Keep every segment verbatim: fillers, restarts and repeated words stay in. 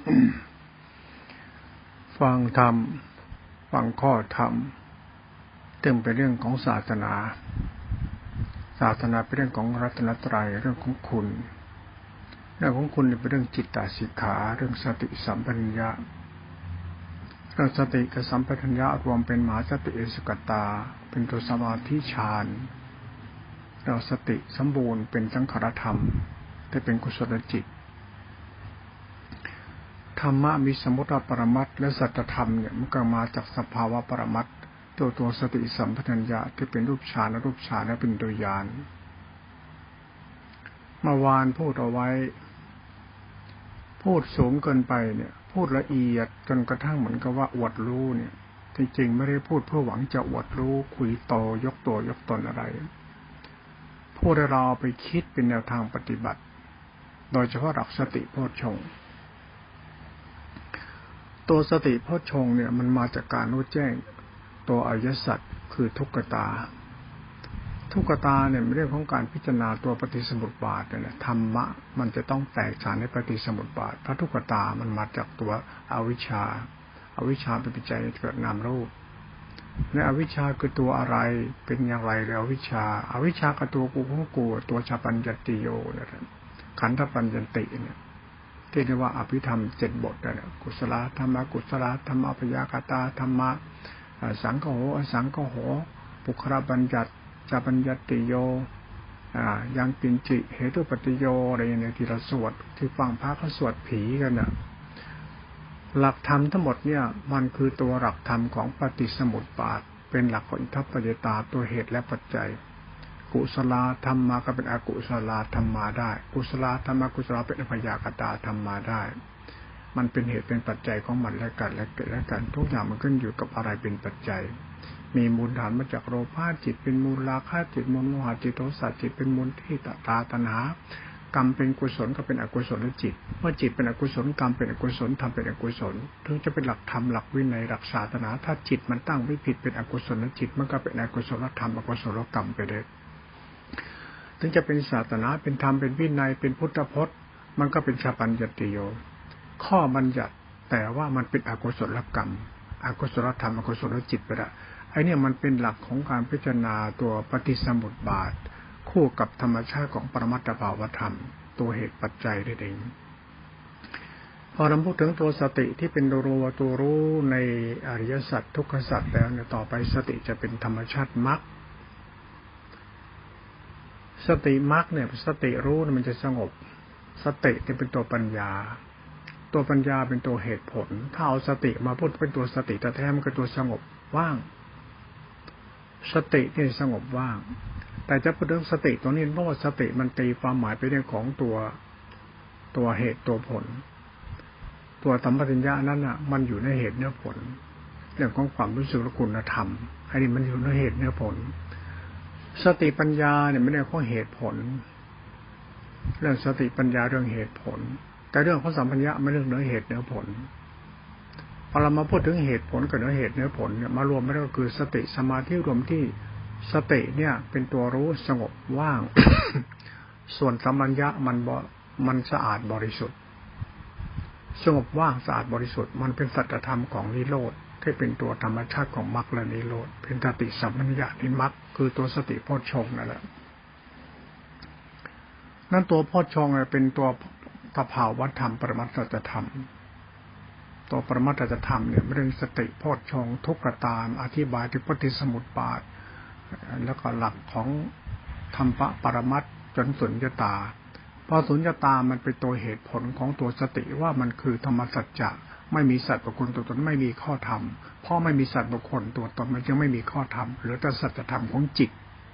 ฟังธรรมฟังข้อธรรมซึ่งเป็นเรื่องของศาสนาศาสนาเป็นเรื่องของรัตนตรัยเรื่องของคุณเรื่องของคุณเป็นเรื่องจิตตสิกขาเรื่องสติสัมปชัญญะเรื่องสติกับสัมปชัญญะรวมเป็นมหาสติเอสกตาเป็นตัวสมาธิฌานเราสติสมบูรณ์เป็นสังขารธรรมได้เป็นกุศลจิตธรรมะมีสมมติปรมัตถ์และสัจธรรมเนี่ยมันก็มาจากสภาวะปรมัตถ์ตัวตัวสติสัมปชัญญะที่เป็นรูปฌานและรูปฌานและเป็นตัวญาณเมื่อวานพูดเอาไว้พูดสูงเกินไปเนี่ยพูดละเอียดจนกระทั่งเหมือนกับว่าอวดรู้เนี่ยจริงๆไม่ได้พูดเพื่อหวังจะอวดรู้คุยโตยกตัวยกตนอะไรพูดให้เราไปคิดเป็นแนวทางปฏิบัติโดยเฉพาะหลักสติโพชฌงค์ตัวสติโพชฌงค์เนี่ยมันมาจากการรู้แจ้งตัวอริยสัจคือทุกขตาทุกขตาเนี่ยเป็นเรื่องของการพิจารณาตัวปฏิสมุปบาทเนี่ยธรรมะมันจะต้องแตกฉานในปฏิสมุปบาทเพราะทุกขตามันมาจากตัวอวิชชาอวิชชาเป็นปัจจัยเกิดนามรูปและอวิชชาคือตัวอะไรเป็นอย่างไรแล้วอวิชชาอวิชชาคือตัวกูของกูตัวชาปัญญติโยนะครับขันธปัญญติเนี่ยที่เรียกว่าอภิธรรมเจ็ดบทเนี่ยกุศลธรรมกุศลธรรมอัพยากตาธรรมะสังโฆอสังโฆปุคละบัญญัติชาปัญญติโยยังปิญจิเหตุปฏิโยอะไรอย่างเงี้ยที่เราสวดที่ฟังพระเขาสวดผีกันน่ะหลักธรรมทั้งหมดเนี่ยมันคือตัวหลักธรรมของปฏิสมุปบาทเป็นหลักของอิทธิปฏิตาตัวเหตุและปัจจัยกุศลธรรมมาก็เป็นอกุศลธรรมมาได้กุศลธรรมกุศลเป็นอัพยากตาธรรมมาได้มันเป็นเหตุเป็นปัจจัยของมันและกันและเกิดและกันทุกอย่างมันขึ้นอยู่กับอะไรเป็นปัจจัยมีมูลฐานมาจากโลภะจิตเป็นมูลราคะจิตมูลโมหะจิตโทสะจิตเป็นมูลที่ตาตัณหากรรมเป็นกุศลก็เป็นอกุศลจิตเมื่อจิตเป็นอกุศลกรรมเป็นอกุศลธรรมเป็นอกุศลถึงจะเป็นหลักธรรมหลักวินัยหลักศาสนาถ้าจิตมันตั้งไม่ผิดเป็นอกุศลจิตมันก็เป็นอกุศลธรรมอกุศลกรรมไปเลยถึงจะเป็นศาสนาเป็นธรรมเป็นวินัยเป็นพุทธพจน์มันก็เป็นชาปัญญติโยข้อบัญญัติแต่ว่ามันเป็นอกุศลกรรมอกุศลธรรมอกุศลจิตไปละไอ้นี่มันเป็นหลักของการพิจารณาตัวปฏิสมุปบาทคู่กับธรรมชาติของปรมัตถภาวธรรมตัวเหตุปัจจัยได้เองพอเราพูดถึงตัวสติที่เป็นตัวรู้ตัวรู้ในอริยสัจทุกขสัจแล้วเนี่ยต่อไปสติจะเป็นธรรมชาติมรรคสติมรรคเนี่ยสติรู้มันจะสงบสติเนี่ยเป็นตัวปัญญาตัวปัญญาเป็นตัวเหตุผลถ้าเอาสติมาพูดเป็นตัวสติแต่แท้มันคือตัวสงบว่างสตินี่สงบว่างแต่จะพูดถึงสติตัวนี้เพราะว่าสติมันตีความหมายไปเรื่องของตัวตัวเหตุตัวผลตัวสัมปชัญญะนั้นน่ะมันอยู่ในเหตุเนื้อผลเรื่องของความรู้สึกและคุณธรรมอันนี้มันอยู่ในเหตุเนื้อผลสติปัญญาเนี่ยไม่ได้ข้อเหตุผลเรื่องสติปัญญาเรื่องเหตุผลแต่เรื่องของสัมปชัญญะไม่เรื่องเนื้อเหตุเนื้อผลพอเรามาพูดถึงเหตุผลกับเนื้อเหตุเนื้อผลเนี่ยมารวมไม่ได้ก็คือสติสมาธิรวมที่สติเนี่ยเป็นตัวรู้สงบว่าง ส่วนสัมปชัญญะมันบ่มันสะอาดบริสุทธิ์สงบว่างสะอาดบริสุทธิ์มันเป็นสัจธรรมของนิโรธที่เป็นตัวธรรมชาติของมรรคและนิโรธเป็นสติสัมปชัญญะนิมรรคคือตัวสติโพชฌงค์นั่นแหละนั่นตัวโพชฌงค์เป็นตัวสภาวะธรรมปรมัตถสัจธรรมตัวปรมัตถสัจธรรมเนี่ยเรื่องสติโพชฌงค์ทุกขตาอธิบายถึงปฏิสมุปบาทแล้วก็หลักของธรรมะปรมัตถ์จนสุญญตาพอสุญญตามันเป็นตัวเหตุผลของตัวสติว่ามันคือธรรมสัจจะไม่มีสัตว์บุคคลตัวตนไม่มีข้อธรรมเพราะไม่มีสัตว์บุคคลตัวตนมันจึงไม่มีข้อธรรมเหลือแต่สัจธรรมของจิต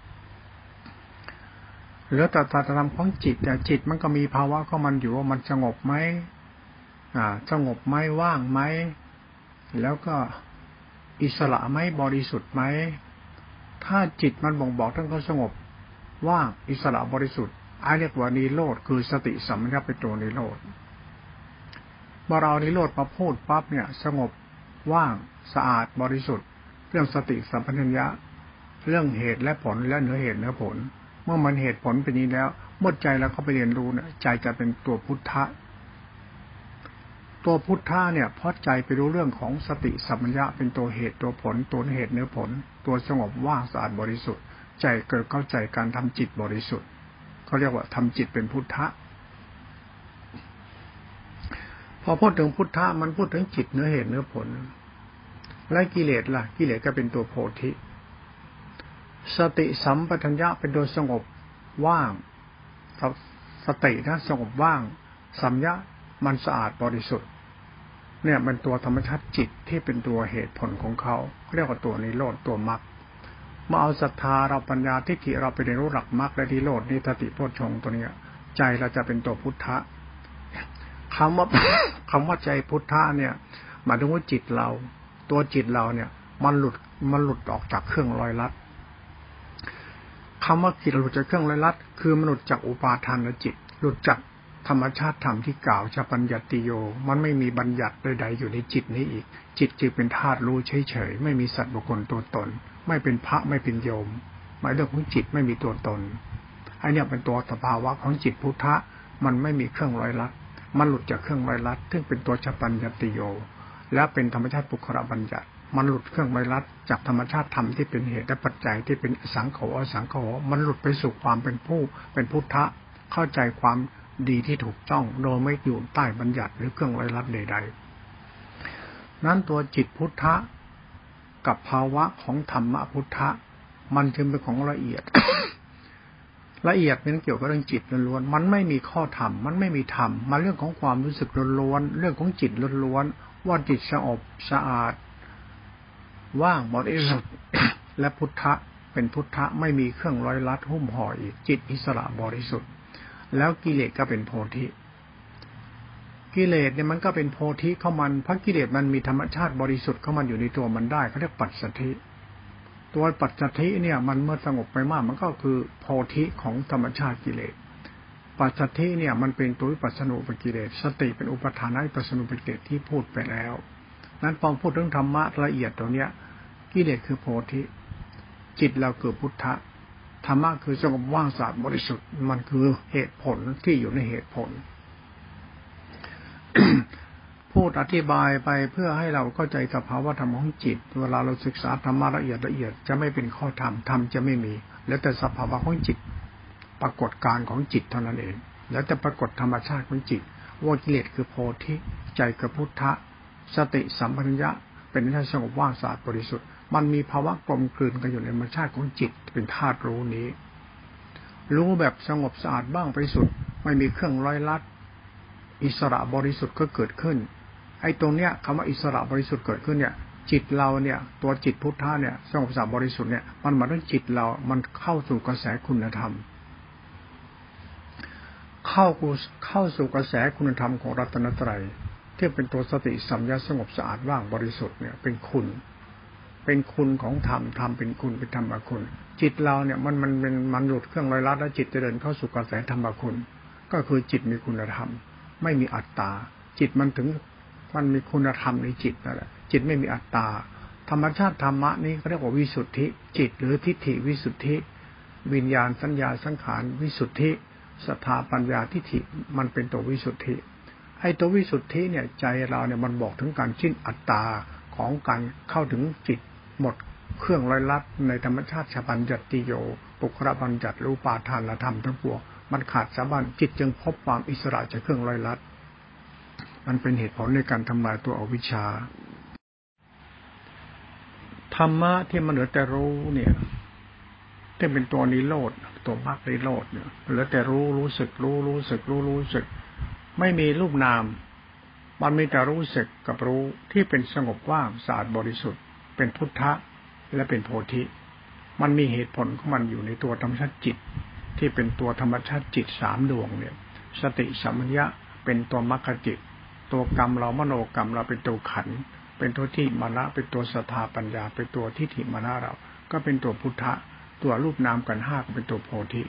เหลือแต่สัจธรรมของจิตแต่จิตมันก็มีภาวะของมันอยู่ว่ามันสงบไหมอ่าสงบไหมว่างไหมแล้วก็อิสระไหมบริสุทธิ์ไหมถ้าจิตมันบ่งบอกทั้งเขาสงบว่างอิสระบริสุทธิ์อันเรียกว่านิโรธคือสติสัมปชัญญะเป็นตัวนิโรธเมื่อเรานิโรธมาพูดปั๊บเนี่ยสงบว่างสะอาดบริสุทธิ์เรื่องสติสัมปชัญญะเรื่องเหตุและผลและเหนือเหตุเหนือผลเมื่อมันเหตุผลเป็นนี้แล้วเมื่อใจเราเข้าไปเรียนรู้เนี่ยใจจะเป็นตัวพุทธะตัวพุทธะเนี่ยเพราะใจไปรู้เรื่องของสติสัมปชัญญะเป็นตัวเหตุตัวผลตัวเหตุเนื้อผลตัวสงบว่างสะอาดบริสุทธิ์ใจเกิดเข้าใจการทำจิตบริสุทธิ์เขาเรียกว่าทำจิตเป็นพุทธะพอพูดถึงพุทธะมันพูดถึงจิตเนื้อเหตุเนื้อผลและกิเลสล่ะกิเลสก็เป็นตัวโพธิสติสัมปชัญญะเป็นตัวสงบว่างสตินะสงบว่างสัมยะมันสะอาดบริสุทธิ์เนี่ยมันตัวธรรมชาติจิตที่เป็นตัวเหตุผลของเขาเรียกว่าตัวนิโรธตัวมรรคเมื่อเอาศรัทธาเราปัญญาทิฏฐิเราไปเรียนรู้หลักมรรคและนิโรธนี่สติโพชฌงค์ตัวนี้ใจเราจะเป็นตัวพุทธะคำว่า คำว่าใจพุทธะเนี่ยหมายถึงว่าจิตเราตัวจิตเราเนี่ยมันหลุดมันหลุดออกจากเครื่องลอยลัดคำว่าจิตหลุดจากเครื่องลอยลัดคือมันหลุดจากอุปาทานจิตหลุดจากธรรมชาติธรรมที่กล่าวจะปัญญัติโยมันไม่มีบัญญัติใดๆอยู่ในจิตนี้อีกจิตจึงเป็นธาตุรู้เฉยๆไม่มีสัตว์บุคคลตัวตนไม่เป็นพระไม่เป็นโยมหมายเรื่องของจิตไม่มีตัวตนไอ้เนี่ยเป็นตัวสภาวะของจิตพุทธะมันไม่มีเครื่องร้อยลัดมันหลุดจากเครื่องร้อยลัดซึ่งเป็นตัวจะปัญญัติโยและเป็นธรรมชาติปุคละบัญญัติมันหลุดเครื่องร้อยลัดจากธรรมชาติธรรมที่เป็นเหตุและปัจจัยที่เป็นอสังโฆอสังโฆมันหลุดไปสู่ความเป็นผู้เป็นพุทธะเข้าใจความดีที่ถูกต้องโดยไม่อยู่ใต้บัญญัติหรือเครื่องร้อยลัดใดๆนั้นตัวจิตพุทธะกับภาวะของธรรมะพุทธะมันจึงเป็นของละเอียด ละเอียดเป็นเกี่ยวกับเรื่องจิตล้วนๆมันไม่มีข้อธรรมมันไม่มีธรรมมันเรื่องของความรู้สึกล้วนๆเรื่องของจิตล้วนๆว่าจิตสงบสะอาดว่างบริสุทธิ์ และพุทธะเป็นพุทธะไม่มีเครื่องร้อยลัดหุ้มห่ออีกจิตอิสระบริสุทธิ์แล้วกิเลสก็เป็นโพธิกิเลสเนี่ยมันก็เป็นโพธิเข้ามันเพราะกิเลสมันมีธรรมชาติบริสุทธิ์เข้ามันอยู่ในตัวมันได้เขาเรียกปัจสัทธิตัวปัจสัทธิเนี่ยมันเมื่อสงบไปมากมันก็คือโพธิของธรรมชาติกิเลสปัจสัทธิเนี่ยมันเป็นตัววิปัสสนูปกิเลสสติเป็นอุปทานวิปัสสนูปกิเลสที่พูดไปแล้วนั้นพอพูดถึงธรรมะละเอียดตัวเนี้ยกิเลสคือโพธิจิตเราคือพุทธะธรรมะคือสงบว่างสะอาดบริสุทธิ์มันคือเหตุผลที่อยู่ในเหตุผล พูดอธิบายไปเพื่อให้เราเข้าใจสภาวะธรรมของจิตเวลาเราศึกษาธรรมะละเอียดละเอียดจะไม่เป็นข้อธรรมธรรมจะไม่มีแล้วแต่สภาวะของจิตปรากฏการของจิตเท่านั้นเองแล้วแต่ปรากฏธรรมชาติของจิตว่ากิเลสคือโพธิใจคือพุทธะสติสัมปชัญญะเป็นธาตุสงบว่างสะอาดบริสุทธิ์มันมีภาวะกลมกลืนกันอยู่ในธรรมชาติของจิตเป็นธาตุรู้นี้รู้แบบสงบสะอาดบ้างบริสุทธิ์ไม่มีเครื่องร้อยลัดอิสระบริสุทธิ์ก็เกิดขึ้นไอ้ตรงเนี้ยคำว่าอิสระบริสุทธิ์เกิดขึ้นเนี่ยจิตเราเนี่ยตัวจิตพุทธะเนี่ยสงบสะอาดบริสุทธิ์เนี่ยมันหมายถึงจิตเรามันเข้าสู่กระแสคุณธรรมเข้าเข้าสู่กระแสคุณธรรมของรัตนตรัยที่เป็นตัวสติสัมยาสงบสะอาดว่างบริสุทธิ์เนี่ยเป็นคุณเป็นคุณของธรรมธรรมเป็นคุณเป็นธรรมคุณจิตเราเนี่ยมันมันเป็นมันหลุดเครื่องร้อยลัดแล้วจิตจะเดินเข้าสู่กระแสธรรมคุณก็คือจิตมีคุณธรรมไม่มีอัตตาจิตมันถึงมันมีคุณธรรมในจิตนั่นแหละจิตไม่มีอัตตาธรรมชาติธรรมะนี้เขาเรียกว่าวิสุทธิจิตหรือทิฏฐิวิสุทธิวิญญาณสัญญาสังขารวิสุทธิศรัทธาปัญญาทิฏฐิมันเป็นตัววิสุทธิไอ้ตัววิสุทธิเนี่ยใจเราเนี่ยมันบอกถึงการสิ้นอัตตาของการเข้าถึงจิตหมดเครื่องร้อยลัดในธรรมชาติปัญญัติโยปุคละบัญญัติรูปาทานธรรมทั้งปวงมันขาดสะบั้นจิตจึงพบความอิสระจากเครื่องร้อยลัดมันเป็นเหตุผลในการทำลายตัวอวิชชาธรรมะที่มันเหลือแต่รู้เนี่ยที่เป็นตัวนิโรธตัวมรรคนิโรธเนี่ยเหลือแต่รู้รู้สึกรู้รู้สึกรู้รู้สึกไม่มีรูปนามมันมีแต่รู้สึกกับรู้ที่เป็นสงบว่างสะอาดบริสุทธิ์เป็นพุทธะและเป็นโพธิมันมีเหตุผลของมันอยู่ในตัวธรรมชาติจิตที่เป็นตัวธรรมชาติจิตสามดวงเนี่ยสติสัมปชัญญะเป็นตัวมรรคจิตตัวกรรมเรามโนกรรมเราเป็นตัวขันธ์เป็นตัวที่มรณะเป็นตัวศรัทธาปัญญาเป็นตัวทิฏฐิมรณะเราก็เป็นตัวพุทธะตัวรูปนามกันห้าก็เป็นตัวโพธิ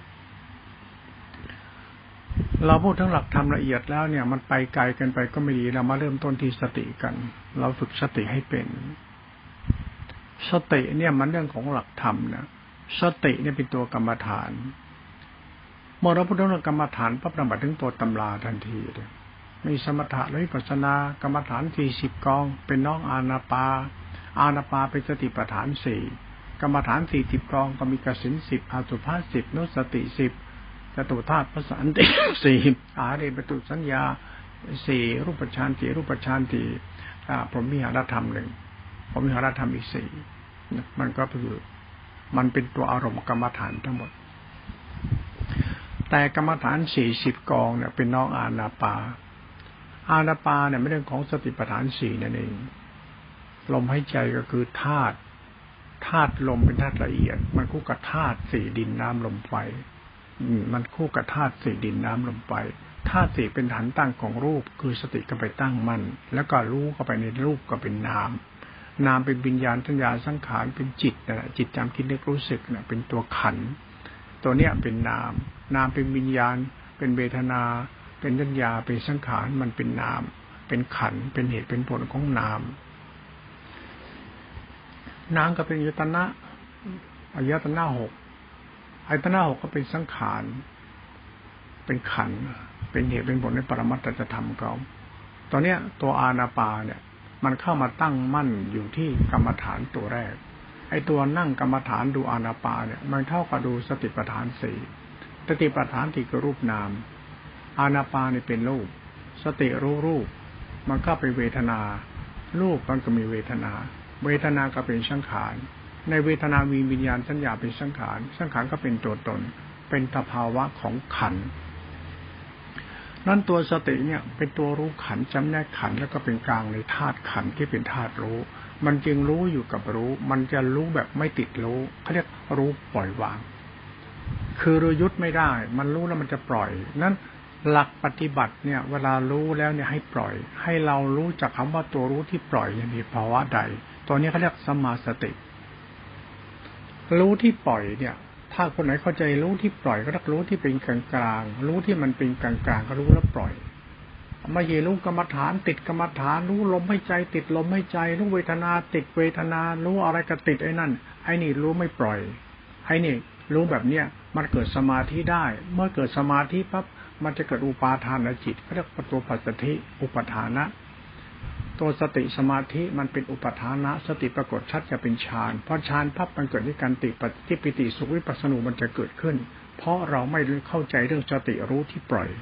เราพูดทั้งหลักธรรมละเอียดแล้วเนี่ยมันไปไกลกันไปก็ไม่ดีเรามาเริ่มต้นที่สติกันเราฝึกสติให้เป็นสติเนี่ยมันเรื่องของหลักธรรมนะสติเนี่ยเป็นตัวกรรมฐานเมื่อเราพูดถึงกรรมฐานปั๊บเราหมายถึงตัวตำราทันทีเลยมีสมถะและวิปัสสนากรรมฐานสี่สิบกองเป็นน้องอานาปาอานาปาเป็นสติปัฏฐานสี่กรรมฐานสี่สิบกองก็มีกสิณสิบอสุภะสิบนุสติสิบจตุธาตุประสานติสี่อาเรปตุสัญญาสี่รูปฌานสี่รูปฌานสี่พรหมวิหารธรรมหนึ่งพรหมวิหารธรรมอีกสี่มันก็คือมันเป็นตัวอารมณ์กรรมฐานทั้งหมดแต่กรรมฐานสี่สิบกองเนี่ยเป็นน้องอานาปาอานาปาเนี่ยไม่เรื่องของสติปัฏฐานสี่นั่นเองลมหายใจก็คือธาตุธาตุลมเป็นธาตุละเอียดมันคู่กับธาตุสี่ดินน้ำลมไฟมันคู่กับธาตุสี่ดินน้ำลมไฟธาตุสี่เป็นฐานตั้งของรูปคือสติก็ไปตั้งมั่นแล้วก็รู้เข้าไปในรูปก็เป็นนามนามเป็นวิญญาณสัญญาสังขารเป็นจิตนะจิตจำคิดนึกรู้สึกนะเป็นตัวขันธ์ตัวเนี้ยเป็นนามนามเป็นวิญญาณเป็นเวทนาเป็นสัญญาเป็นสังขารมันเป็นนามเป็นขันธ์เป็นเหตุเป็นผลของนามนามก็เป็นอายตนะอายตนะหกอายตนะหกก็เป็นสังขารเป็นขันธ์เป็นเหตุเป็นผลในปรมัตถธรรมเขาตอนเนี้ยตัวอานาปาเนี่ยมันเข้ามาตั้งมั่นอยู่ที่กรรมฐานตัวแรกไอ้ตัวนั่งกรรมฐานดูอานาปาเนี่ยมันเท่ากับดูสติปัฏฐานสี่สติปัฏฐานที่คือรูปนามอานาปาเนี่ยเป็นรูปสติรู้รูปมันก็เป็นเวทนารูปมันก็มีเวทนาเวทนาก็เป็นสังขารในเวทนามีวิญญาณสัญญาเป็นสังขารสังขารก็เป็นตัวตนเป็นสภาวะของขันธ์นั่นตัวสติเนี่ยเป็นตัวรู้ขันธ์จำแนกขันธ์แล้วก็เป็นกลางในธาตุขันธ์ที่เป็นธาตุรู้มันจึงรู้อยู่กับรู้มันจะรู้แบบไม่ติดรู้เขาเรียกรู้ปล่อยวางคือเรายึดไม่ได้มันรู้แล้วมันจะปล่อยนั้นหลักปฏิบัติเนี่ยเวลารู้แล้วเนี่ยให้ปล่อยให้เรารู้จักคำว่าตัวรู้ที่ปล่อยอย่างมีภาวะใดตัวนี้เขาเรียกสัมมาสติรู้ที่ปล่อยเนี่ยถ้าคนไหนเข้าใจรู้ที่ปล่อยก็ต้องรู้ที่เป็นกลางกลางรู้ที่มันเป็นกลางกลางก็รู้แล้วปล่อยไม่ใช่รู้กรรมฐานติดกรรมฐานรู้ลมหายใจติดลมหายใจรู้เวทนาติดเวทนารู้อะไรก็ติดไอ้นั่นไอ้นี่รู้ไม่ปล่อยไอ้นี่รู้แบบเนี้ยมันเกิดสมาธิได้เมื่อเกิดสมาธิปั๊บมันจะเกิดอุปาทานจิตเขาเรียกว่าตัวปัจจทิอุปทานะตัวสติสมาธิมันเป็นอุปทานะสติปรากฏชัดจะเป็นฌานเพราะฌานปั๊บมันเกิดที่การติปฏิปิติสุขวิปัสสนูมันจะเกิดขึ้นเพราะเราไม่เข้าใจเรื่องสติรู้ที่ปล่อย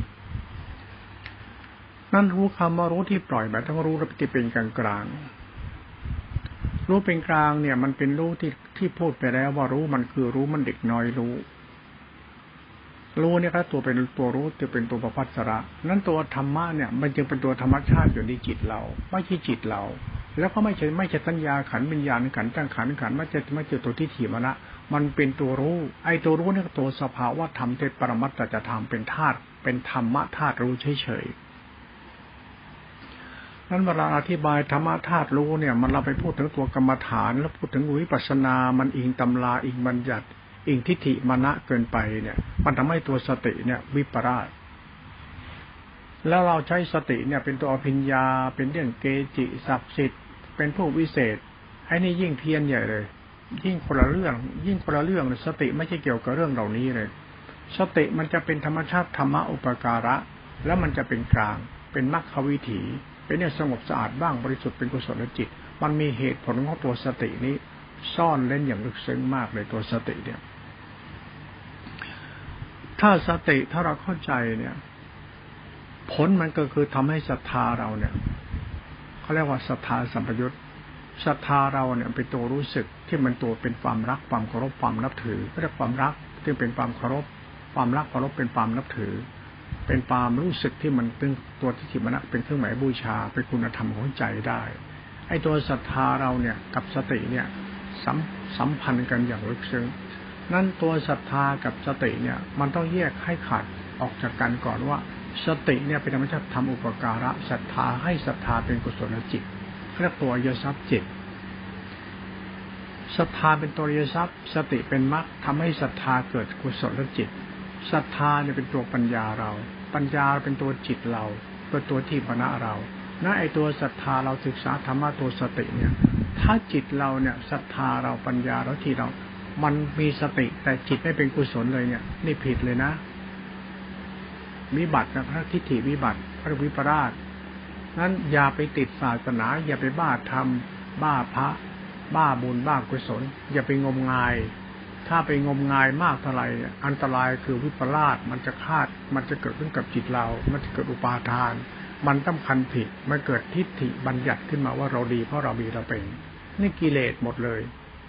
นั่นรู้คำว่ารู้ที่ปล่อยแบบต้องรู้แล้วที่เป็นกลางกลางรู้เป็นกลางเนี่ยมันเป็นรู้ที่ที่พูดไปแล้วว่ารู้มันคือรู้มันเด็กน้อยรู้รู้เนี่ยครับตัวเป็นตัวรู้จะเป็นตัวประภัสสระนั้นตัวธรรมะเนี่ยมันจึงเป็นตัวธรรมชาติอยู่ในจิตเราไม่ใช่จิตเราแล้วก็ไม่ใช่ไม่ใช่สัญญาขันธ์วิญญาณขันธ์ตั้งขันธ์ขันธ์ไม่ใช่ไม่ใช่ตัวที่ถี่มานะมันเป็นตัวรู้ไอ้ตัวรู้เนี่ยตัวสภาวะธรรมเทศปรมัตถจะธรรมเป็นธาตุเป็นธรรมะธาตุรู้เฉยๆนั้นเวลาอธิบายธรรมะธาตุรู้เนี่ยมันเราไปพูดถึงตัวกรรมฐานแล้วพูดถึงวิปัสสนามันอิงตำราอิงบัญญัติอิงทิฏฐิมานะเกินไปเนี่ยมันทำให้ตัวสติเนี่ยวิปราชแล้วเราใช้สติเนี่ยเป็นตัวอภิญญาเป็นเรื่องเกจิศักดิ์สิทธิ์เป็นผู้วิเศษไอ้นี่ยิ่งเพี้ยนใหญ่เลยยิ่งคนละเรื่องยิ่งคนละเรื่องสติไม่ใช่เกี่ยวกับเรื่องเหล่านี้เลยสติมันจะเป็นธรรมชาติธรรมะอุปการะแล้วมันจะเป็นกลางเป็นมรรควิถีเป็นเนี่ยสงบสะอาดบ้างบริสุทธิ์เป็นกุศลจิตมันมีเหตุผลของตัวสตินี้ซ่อนเล่นอย่างลึกซึ้งมากเลยตัวสติเนี่ยถ้าสติถ้าเราเข้าใจเนี่ยผลมันก็คือทำให้ศรัทธาเราเนี่ยเขาเรียกว่าศรัทธาสัมปยุตศรัทธาเราเนี่ยเป็นตัวรู้สึกที่มันตัวเป็นความรักความเคารพความนับถือเรียกความรักที่เป็นความเคารพความรักเคารพเป็นความนับถือเป็นความรู้สึกที่มันเป็นตัวที่จิตมนะเป็นเครื่องหมายบูชาเป็นคุณธรรมของใจได้ไอ้ตัวศรัทธาเราเนี่ยกับสติเนี่ยสัมสัมพันธ์กันอย่างลึกซึ้งนั่นตัวศรัทธากับสติเนี่ยมันต้องแยกให้ขาดออกจากกันก่อนว่าสติเนี่ยเป็นธรรมชาติทำอุปการะศรัทธาให้ศรัทธาเป็นกุศลจิตเรียกตัวอริยทรัพย์จิตศรัทธาเป็นตัวอริยทรัพย์สติเป็นมรรคทำให้ศรัทธาเกิดกุศลจิตศรัทธาเนี่ยเป็นตัวปัญญาเราปัญญาเป็นตัวจิตเราเป็นตัวที่ปนะเรานั่นไอตัวศรัทธาเราศึกษาธรรมะตัวสติเนี่ยถ้าจิตเราเนี่ยศรัทธาเราปัญญาเราที่เรามันมีสติแต่จิตไม่เป็นกุศลเลยเนี่ยนี่ผิดเลยนะวิบัตินะทิฏฐิวิบัติพระวิปราชนั้นอย่าไปติดศาสนาอย่าไปบ้าธรรมบ้าพระบ้าบุญบ้ากุศลอย่าไปงมงายถ้าไปงมงายมากเท่าไหร่อันตรายคือวิปลาสมันจะคาดมันจะเกิดขึ้นกับจิตเรามันจะเกิดอุปาทานมันต้องคันผิดมันเกิดทิฏฐิบัญญัติขึ้นมาว่าเราดีเพราะเรามีเราเป็นนี่กิเลสหมดเลย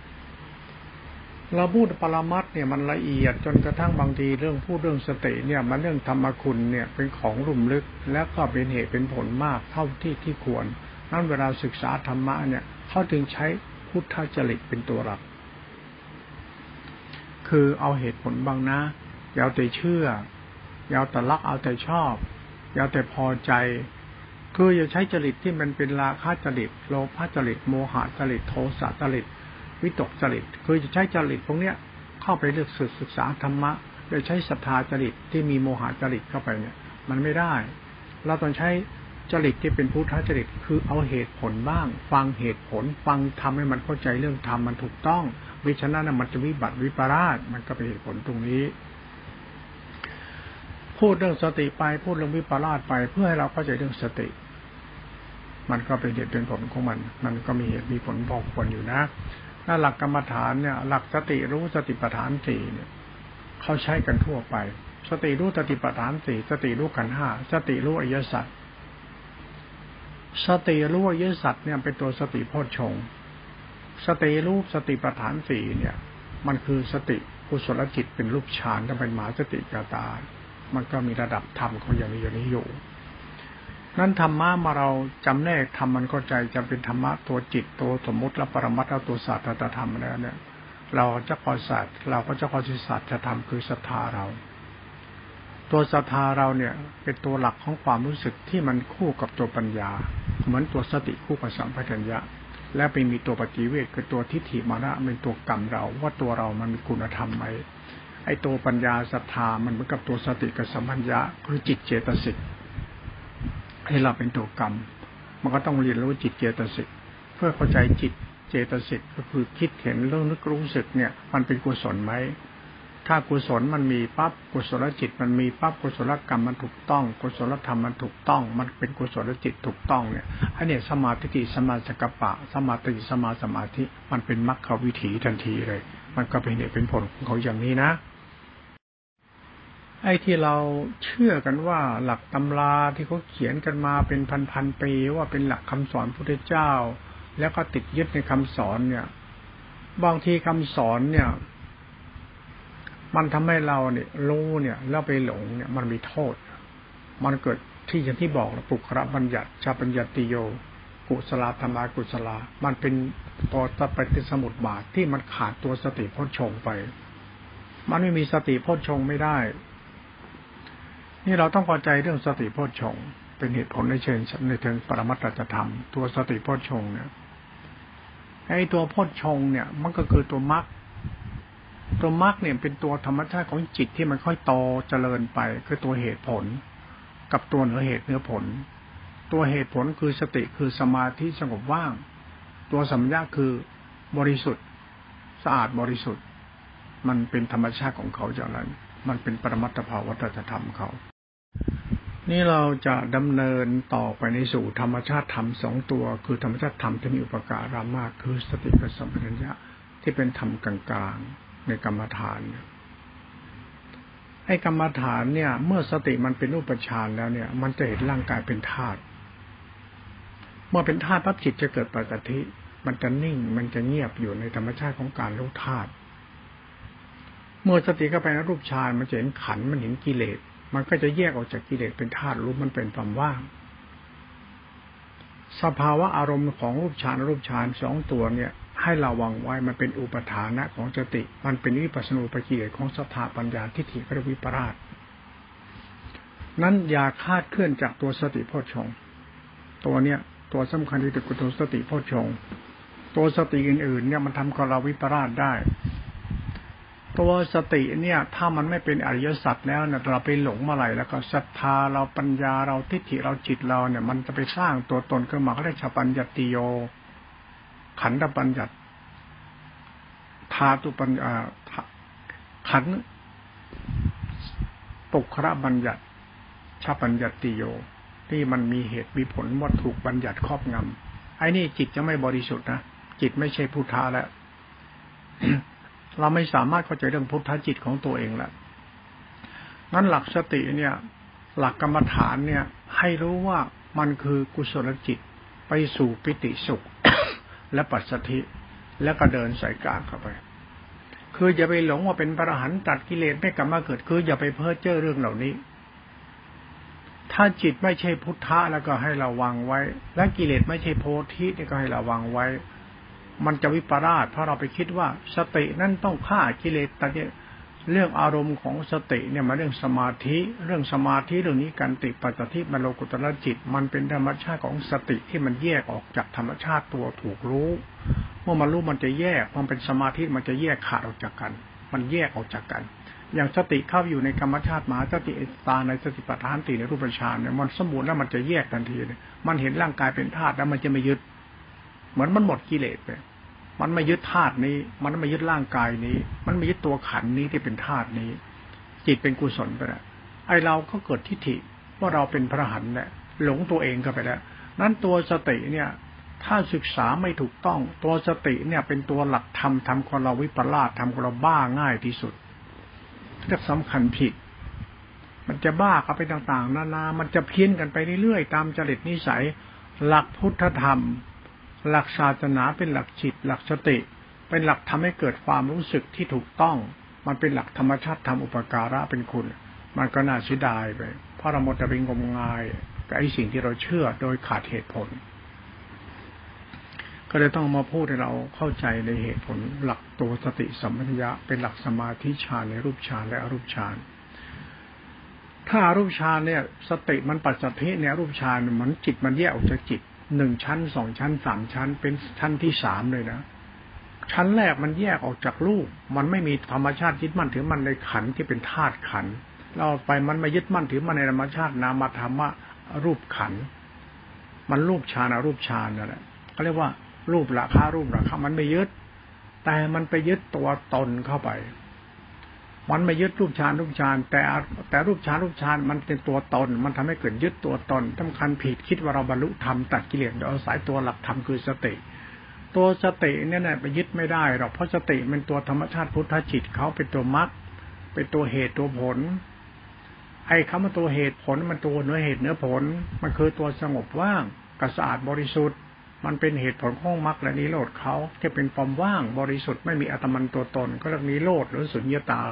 เราพูดปรมัตถ์เนี่ยมันละเอียดจนกระทั่งบางทีเรื่องพูดเรื่องสติเนี่ยมันเรื่องธรรมคุณเนี่ยเป็นของลุ่มลึกและก็เป็นเหตุเป็นผลมากเท่าที่ที่ควรนั้นเวลาศึกษาธรรมะเนี่ยเขาจึงใช้พุทธจริตเป็นตัวหลักคือเอาเหตุผลบางนะอย่าเอาแต่เชื่ออย่าเอาแต่รักเอาแต่ชอบอย่าเอาแต่พอใจคืออย่าใช้จริตที่มันเป็นราคะจริตโลภจริตโมหะจริตโทสะจริตวิตกจริตคือจะใช้จริตพวกเนี้ยเข้าไปเลือกศึกษาธรรมะโดยใช้ศรัทธาจริตที่มีโมหะจริตเข้าไปเนี่ยมันไม่ได้เราต้องใช้จริตที่เป็นพุทธจริตคือเอาเหตุผลบ้างฟังเหตุผลฟังทำให้มันเข้าใจเรื่องธรรมมันถูกต้องวิฉะนั้นมันจะวิบัติวิปลาสมันก็เป็นเหตุผลตรงนี้พูดเรื่องสติไปพูดเรื่องวิปลาสไปเพื่อให้เราเข้าใจเรื่องสติมันก็เป็นเหตุเป็นผลของมันมันก็มีเหตุมีผลพอควรอยู่นะถ้าหลักกรรมฐานเนี่ยหลักสติรู้สติปัฏฐานสี่เนี่ยเขาใช้กันทั่วไปสติรู้สติปัฏฐานสี่สติรู้ขันธ์ห้าสติรู้อริยสัจสติรู้อริยสัจเนี่ยเป็นตัวสติโพชฌงค์สติรู้สติปัฏฐานสี่เนี่ยมันคือสติกุศลจิตเป็นรูปฌานถ้าเป็นมหาสติปัฏฐานมันก็มีระดับธรรมของอย่างนี้อย่างนี้อยู่นั้นธรรมะมาเราจำแนกธรรมมันเข้าใจจะเป็นธรรมะตัวจิตตัวสมมุติและปรมัตถ์และตัวศาสตรธรรมแล้วเนี่ยเราจะพอศาสตร์เราก็จะพอศิศาสตร์จะทำคือศรัทธาเราตัวศรัทธาเราเนี่ยเป็นตัวหลักของความรู้สึกที่มันคู่กับตัวปัญญาเหมือนตัวสติคู่กับสัมปชัญญะและไปมีตัวปฏิเวทคือตัวทิฏฐิมานะเป็นตัวกรรมเราว่าตัวเรามันมีคุณธรรมไหมไอ้ตัวปัญญาศรัทธามันเหมือนกับตัวสติกับสัมปชัญญะคือจิตเจตสิกให้เราเป็นตัวกรรมมันก็ต้องเรียนรู้จิตเจตสิกเพื่อเข้าใจจิตเจตสิกก็คือคิดเห็นเรื่องนึกรู้สึกเนี่ยมันเป็นกุศลไหมถ้ากุศลมันมีปั๊บกุศลจิตมันมีปั๊บกุศลกรรมมันถูกต้องกุศลธรรมมันถูกต้องมันเป็นกุศลจิตถูกต้องเนี่ยอันนี้สมาธิสมาสังกัปปะสมาธิสมาสมาธิมันเป็นมรรควิถีทันทีเลยมันก็เป็นเหตุเป็นผลของเขาอย่างนี้นะไอ้ที่เราเชื่อกันว่าหลักตำราที่เขาเขียนกันมาเป็นพันๆปีว่าเป็นหลักคำสอนพระพุทธเจ้าแล้วก็ติดยึดในคำสอนเนี่ยบางทีคำสอนเนี่ยมันทำให้เราเนี่ยรู้เนี่ยแล้วไปหลงเนี่ยมันมีโทษมันเกิดที่อย่างที่บอกแล้วปุคระบัญญัติชาปัญญติโยกุศลธรรมะกุศลามันเป็นตัวตปฏิสมุปบาทที่มันขาดตัวสติโพชฌงค์ไปมันไม่มีสติโพชฌงค์ไม่ได้นี่เราต้องเข้าใจเรื่องสติโพชฌงค์เป็นเหตุผลในเชิงในเชิงปรมัตถธรรมตัวสติโพชฌงค์เนี่ยไอ้ตัวโพชฌงค์เนี่ยมันก็คือตัวมรรคตัวมรรคเนี่ยเป็นตัวธรรมชาติของจิตที่มันค่อยโตเจริญไปคือตัวเหตุผลกับตัวเหนือเหตุเหนือผลตัวเหตุผลคือสติคือสมาธิสงบว่างตัวสัมยาคือบริสุทธิ์สะอาดบริสุทธิ์มันเป็นธรรมชาติของเขาอย่างนั้นมันเป็นปรมัตถภาวะธรรมเขานี่เราจะดำเนินต่อไปในสู่ธรรมชาติธรรมสองตัวคือธรรมชาติธรรมที่มีอุปการะมากคือสติกับสัมปชัญญะที่เป็นธรรมกลางๆในกรรมฐานไอ้กรรมฐานเนี่ยเมื่อสติมันเป็นรูปฌานแล้วเนี่ยมันจะเห็นร่างกายเป็นธาตุเมื่อเป็นธาตุปั๊บจิตจะเกิดปัจจัยมันจะนิ่งมันจะเงียบอยู่ในธรรมชาติของการรู้ธาตุเมื่อสติเข้าไปในรูปฌานมันจะเห็นขันธ์มันเห็นกิเลสมันก็จะแยกออกจากกิเลสเป็นธาตุรู้มันเป็นความว่างสภาวะอารมณ์ของรูปฌานรูปฌานสองตัวเนี่ยให้ระวังไว้มันเป็นอุปทานะของสติมันเป็นวิปัสสนูปกิเลสของศรัทธาปัญญาทิฏฐิและวิปลาสนั้นอย่าคาดเคลื่อนจากตัวสติโพชฌงค์ตัวเนี้ยตัวสำคัญที่สุดคือตัวสติโพชฌงค์ตัวสติอื่นๆเนี่ยมันทำกับเราวิปลาสได้ตัวสติเนี่ยถ้ามันไม่เป็นอริยสัจแล้วเนี่ยเราไปหลงเมื่อไหร่แล้วก็ศรัทธาเราปัญญาเราทิฏฐิเราจิตเราเนี่ยมันจะไปสร้างตัวตนขึ้นมาเขาเรียกชาปัญญติโยขันธปัญญัติธาตุปัญญาขันธ์ปุคระบัญญัติชปัญญติโยที่มันมีเหตุมีผลว่าถูกบัญญัติครอบงำไอ้นี่จิตจะไม่บริสุทธิ์นะจิตไม่ใช่พุทธะแล้ว เราไม่สามารถเข้าใจเรื่องพุทธจิตของตัวเองแล้วนั้นหลักสติเนี่ยหลักกรรมฐานเนี่ยให้รู้ว่ามันคือกุศลจิตไปสู่ปิติสุข และปัสสัทธิแล้วก็เดินสายกลางเข้าไปคืออย่าไปหลงว่าเป็นพระอรหันต์ตัดกิเลสไม่กลับมาเกิดคืออย่าไปเพ้อเจ้อเรื่องเหล่านี้ถ้าจิตไม่ใช่พุทธะแล้วก็ให้ระวังไว้และกิเลสไม่ใช่โพธินี่ก็ให้ระวังไว้มันจะวิปลาสเพราะเราไปคิดว่าสตินั่นต้องฆ่ากิเลสแต่เนี่ยเรื่องอารมณ์ของสติเนี่ยมาเรื่องสมาธิเรื่องสมาธิเรื่องนี้การติปัสสัทธิมโนกุตตรจิตมันเป็นธรรมชาติของสติที่มันแยกออกจากธรรมชาติตัวถูกรู้เมื่อมันรู้มันจะแยกมันเป็นสมาธิมันจะแยกขาดออกจากกันมันแยกออกจากกันอย่างสติเข้าอยู่ในกรรมชาติมหาสติตาในสติปัฏฐานสี่ในรูปฌานเนี่ยมันสมบูรณ์แล้วมันจะแยกทันทีเลยมันเห็นร่างกายเป็นธาตุแล้วมันจะไม่ยึดเหมือนมันหมดกิเลสไปมันไม่ยึดธาตุนี้มันไม่ยึดร่างกายนี้มันไม่ยึดตัวขันธ์นี้ที่เป็นธาตุนี้จิตเป็นกุศลไปแล้วไอเราก็เกิดทิฏฐิว่าเราเป็นพระอรหันต์แหละหลงตัวเองเข้าไปแล้วนั้นตัวสติเนี่ยถ้าศึกษาไม่ถูกต้องตัวสติเนี่ยเป็นตัวหลักธรรมทำคนเราวิปลาสทำคนเราบ้าง่ายที่สุดเรื่องสำคัญผิดมันจะบ้าเข้าไปต่างๆนานามันจะเพี้ยนกันไปเรื่อยๆตามจริตนิสัยหลักพุทธธรรมหลักศาสนาเป็นหลักจิตหลักสติเป็นหลักทำให้เกิดความรู้สึกที่ถูกต้องมันเป็นหลักธรรมชาติทำอุปการะเป็นคุณมันก็น่าเสียดายไปเพราะเราหมดแต่เป็นงมงายกับไอ้สิ่งที่เราเชื่อโดยขาดเหตุผลก็เลยต้องมาพูดให้เราเข้าใจในเหตุผลหลักตัวสติสัมปชัญญะเป็นหลักสมาธิฌานในรูปฌานและอรูปฌานถ้าอรูปฌานเนี่ยสติมันปัสสัทธิในอรูปฌานมันจิตมันแยกออกจากจิตหนึ่งชั้นสองชั้นสามชั้นเป็นชั้นที่สามเลยนะชั้นแรกมันแยกออกจากรูปมันไม่มีธรรมชาติยึดมั่นถือมั่นในขันธ์ที่เป็นธาตุขันธ์เราไปมันไม่ยึดมั่นถือมั่นในธรรมชาตินามธรรมะรูปขันธ์มันรูปฌานอรูปฌานนั่นแหละเขาเรียกว่ารูปราคารูปราคามันไม่ยึดแต่มันไปยึดตัวตนเข้าไปมันไม่ยึดรูปฌานรูปฌานแต่แต่รูปฌานรูปฌานมันเป็นตัวตนมันทำให้เกิดยึดตัวตนสำคัญผิดคิดว่าเราบรรลุธรรมตัดกิเลสโดยอาศัยตัวหลักธรรมคือสติตัวสติเนี่ยนะไปยึดไม่ได้หรอกเพราะสติเป็นตัวธรรมชาติพุทธจิตเขาเป็นตัวมรรคเป็นตัวเหตุตัวผลไอ้คำว่าตัวเหตุผลมันตัวเนื้อเหตุเนื้อผลมันคือตัวสงบว่างกระสะอาดบริสุทธิ์มันเป็นเหตุผลของมรรคและนิโรธเขาที่เป็นความว่างบริสุทธิ์ไม่มีอัตมันตัวตนก็เรียกนิโรธหรือสุญญตา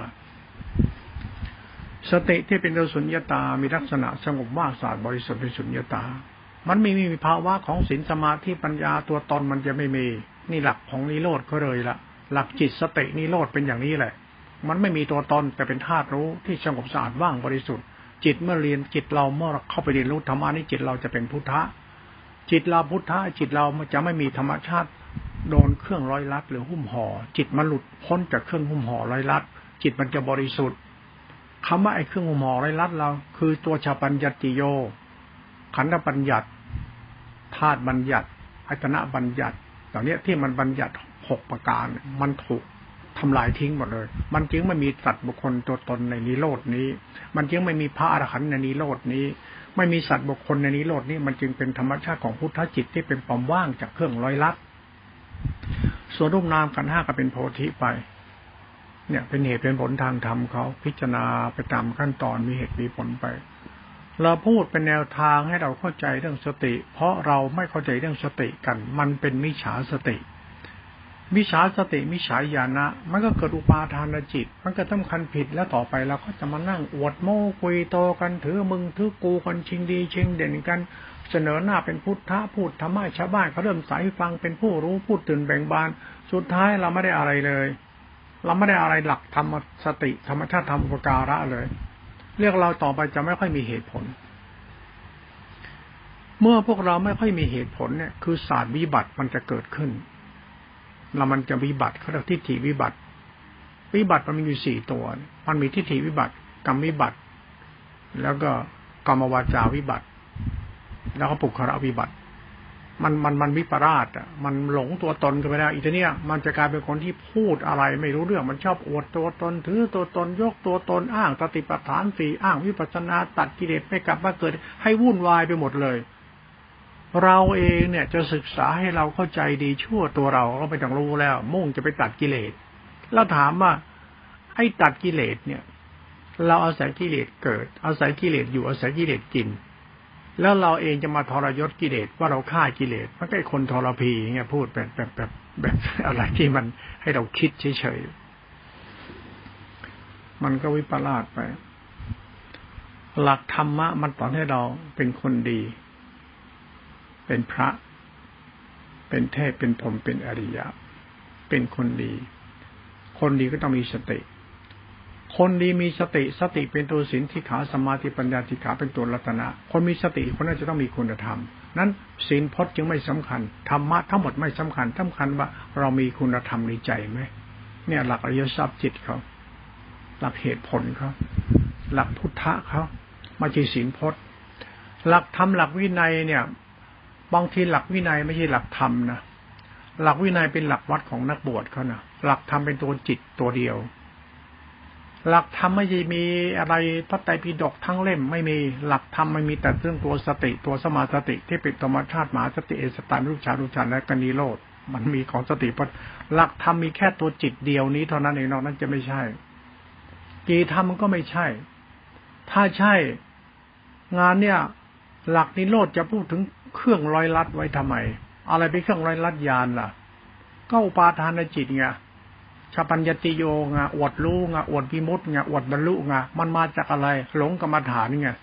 สติที่เป็นตัวสุญญตามีลักษณะสงบว่างสะอาดบริสุทธิ์เป็นสุญญตามันไม่มีภาวะของศีลสมาธิปัญญาตัวตนมันจะไม่มีนี่หลักของนิโรธก็เลยละหลักจิตสตินิโรธเป็นอย่างนี้แหละมันไม่มีตัวตนแต่เป็นธาตุรู้ที่สงบสะอาดว่างบริสุทธิ์จิตเมื่อเรียนจิตเราเมื่อเข้าไปเรียนรู้ธรรมะนี่จิตเราจะเป็นพุทธะจิตเราพุทธะจิตเราจะไม่มีธรรมชาติโดนเครื่องร้อยลัดหรือหุ้มห่อจิตมันหลุดพ้นจากเครื่องหุ้มห่อร้อยลัดจิตมันจะบริสุทธิ์คำว่าไอ้เครื่องหุ้มห่อร้อยลัดเราคือตัวชาปัญญติโยขันธบัญญัติธาตุบัญญัติอายตนะบัญญัติเหล่านี้ที่มันบัญญัติหกประการมันถูกทำลายทิ้งหมดเลยมันจึงไม่มีสัตว์บุคคลตัวตนในนิโรธนี้มันจึงไม่มีพระอรหันต์ในนิโรธนี้ไม่มีสัตว์บุคคลในนิโรธนี้มันจึงเป็นธรรมชาติของพุทธจิตที่เป็นความว่างจากเครื่องร้อยลัดส่วนรูปนามขันธ์ห้าก็เป็นโพธิไปเนี่ยเป็นเหตุเป็นผลทางธรรมเขาพิจารณาไปตามขั้นตอนมีเหตุมีผลไปเราพูดเป็นแนวทางให้เราเข้าใจเรื่องสติเพราะเราไม่เข้าใจเรื่องสติกันมันเป็นมิจฉาสติมิจฉาสติมิจฉาญาณะมันก็เกิดอุปาทานจิตมันก็สำคัญผิดแล้วต่อไปเราก็จะมานั่งอวดโม้คุยโตกันถือมึงถือกูกันชิงดีชิงเด่นกันเสนอหน้าเป็นพุทธะพูดธรรมะชาวบ้านเขาเริ่มใส่ฟังเป็นผู้รู้พูดตื่นแบ่งบานสุดท้ายเราไม่ได้อะไรเลยเราไม่ได้อะไรหลักธรรมสติธรรมชาติธรรมอุปการะเลยเรียกเราต่อไปจะไม่ค่อยมีเหตุผลเมื่อพวกเราไม่ค่อยมีเหตุผลเนี่ยคือศาสตร์วิบัติมันจะเกิดขึ้นแล้วมันจะวิบัติเขาเรียกทิฏฐิวิบัติวิบัติมันมีอยู่สี่ตัวมันมีทิฏฐิวิบัติกรรมวิบัติแล้วก็กรรมวาจาวิบัติแล้วก็ปุคละวิบัติมันมันมันวิปลาสอ่ะมันหลงตัวตนกันไปแล้วอีทีเนี้ยมันจะกลายเป็นคนที่พูดอะไรไม่รู้เรื่องมันชอบอวดตัวตนถือตัวตนยกตัวตนอ้างสติปัฏฐานสี่อ้างวิปัสสนาตัดกิเลสไม่กลับมาเกิดให้วุ่นวายไปหมดเลยเราเองเนี่ยจะศึกษาให้เราเข้าใจดีชั่วตัวเราก็ไม่ต้องรู้แล้วมุ่งจะไปตัดกิเลสแล้วถามว่าไอ้ตัดกิเลสเนี่ยเราอาศัยกิเลสเกิดอาศัยกิเลสอยู่อาศัยกิเลสกินแล้วเราเองจะมาทรยศกิเลสว่าเราฆ่ากิเลสมันก็ไอ้คนทรพีอย่างเงี้ยพูดแบบแบบแบบแบบอะไรที่มันให้เราคิดเฉยๆมันก็วิปลาสไปหลักธรรมะมันสอนให้เราเป็นคนดีเป็นพระเป็นเทพเป็นพรหมเป็นอริยะเป็นคนดีคนดีก็ต้องมีสติคนดีมีสติสติเป็นตัวศีลสิกขาสมาธิปัญญาสิกขาเป็นตัวรัตนะคนมีสติคนนั้นจะต้องมีคุณธรรมนั้นศีลพจน์จึงไม่สำคัญธรรมะทั้งหมดไม่สำคัญสำคัญว่าเรามีคุณธรรมในใจไหมเนี่ยหลักอริยสัจจิตเขาหลักเหตุผลเขาหลักพุทธะเขาไม่ใช่ศีลพจน์หลักธรรมหลักวินัยเนี่ยบางทีหลักวินัยไม่ใช่หลักธรรมนะหลักวินัยเป็นหลักวัดของนักบวชเขานะหลักธรรมเป็นตัวจิตตัวเดียวหลักธรรมไม่ใช่มีอะไรพระไตรปิฎกทั้งเล่มไม่มีหลักธรรมไม่มีแต่เรื่องตัวสติตัวสมาสติที่เป็นธรรมชาติมหาสติเอสตานุชานุชาและกนิโรธมันมีของสติปัฏหลักธรรมมีแค่ตัวจิตเดียวนี้เท่านั้นเองนอกนั้นจะไม่ใช่กี่ธรรมมันก็ไม่ใช่ถ้าใช่งานเนี่ยหลักนิโรธจะพูดถึงเครื่องร้อยลัดไว้ทำไมอะไรเป็นเครื่องร้อยลัดญาณล่ะก็อุปาทานจิตไงชาปัญญติโยงะอวดรู้งะอวดวิมุตติงะอวดบรรลุงะมันมาจากอะไรหลงกรรมฐานไง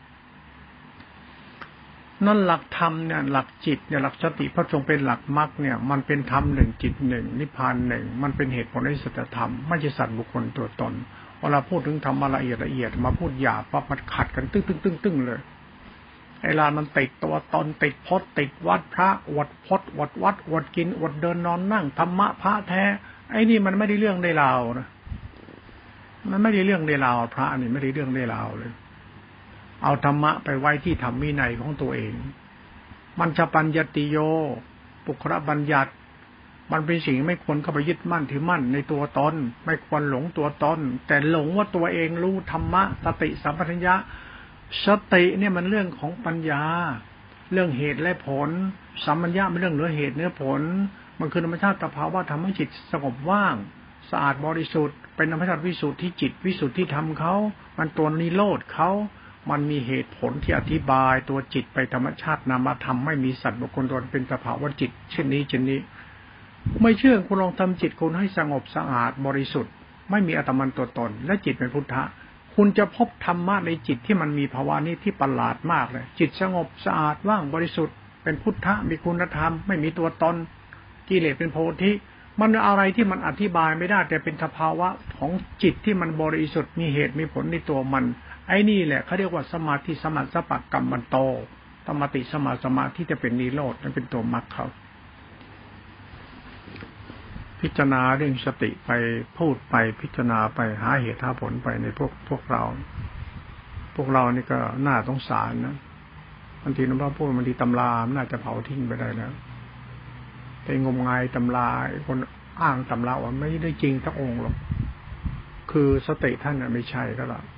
นั่นหลักธรรมเนี่ยหลักจิตเนี่ยหลักสติพระทรงเป็นหลักมรรคเนี่ยมันเป็นธรรมหนึ่งจิตหนึ่งนิพพานหนึ่งมันเป็นเหตุผลในสัจธรรมไม่ใช่สัตว์บุคคลตัวตนเวลาพูดถึงธรรมละเอียดละเอียดมาพูดหยาบปั๊บมันขัดกันตึ้งตึ้งตึ้งตึ้งเลยไอ้ลานมันติดตัวตนติดพจน์ติดวัดพระอวดพจน์อวดวัดอวดกินอวดเดินนอนนั่งธรรมะพระแท้ไอ้นี่มันไม่ได้เรื่องได้ราวนะมันไม่ได้เรื่องได้ราวพระนี่ไม่ได้เรื่องได้ราวเลยเอาธรรมะไปไว้ที่ธรรมวินัยของตัวเองมันจะปัญญติโยปุคละบัญญัติมันเป็นสิ่งไม่ควรเข้าไปยึดมั่นถือมั่นในตัวตนไม่ควรหลงตัวตนแต่หลงว่าตัวเองรู้ธรรมะสติสัมปชัญญะสติเนี่ยมันเรื่องของปัญญาเรื่องเหตุและผลสัมปัญญะเป็นเรื่องเหนือเหตุเหนือผลมันคือธรรมชาติภาวะทำให้จิตสงบว่างสะอาดบริสุทธิ์เป็นธรรมชาติวิสุทธิจิตวิสุทธิธรรมเขามันตัวนิโรธเขามันมีเหตุผลที่อธิบายตัวจิตไปธรรมชาตินามธรรมไม่มีสัตว์บุคคลตัวเป็นสภาวะจิตเช่นนี้เช่นนี้ไม่เชื่อคุณลองทำจิตคุณให้สงบสะอาดบริสุทธิ์ไม่มีอัตมันตัวตนและจิตเป็นพุทธะคุณจะพบธรรมะในจิตที่มันมีภาวะนี้ที่ประหลาดมากเลยจิตสงบสะอาดว่างบริสุทธิ์เป็นพุทธะมีคุณธรรมไม่มีตัวตนกิเลสเป็นโพธิมันอะไรที่มันอธิบายไม่ได้แต่เป็นสภาวะของจิตที่มันบริสุทธิ์มีเหตุมีผลในตัวมันไอ้นี่แหละเขาเรียกว่าสมาธิสมาสัพพะกัมมันโตสมาธิสมาสมาธิจะเป็นนิโรธนั่นเป็นตัวมรรคเขาพิจารณาเรื่องสติไปพูดไปพิจารณาไปหาเหตุหาผลไปในพวกพวกเราพวกเรานี่ก็น่าสงสารนะบางทีหลวงพ่อพูดบางทีตำราน่าจะเผาทิ้งไปได้แล้วแต่งมงายตำราคนอ้างตำราว่าไม่ได้จริงทั้งองค์หรอกคือสติท่านน่ะไม่ใช่ก็แล้ว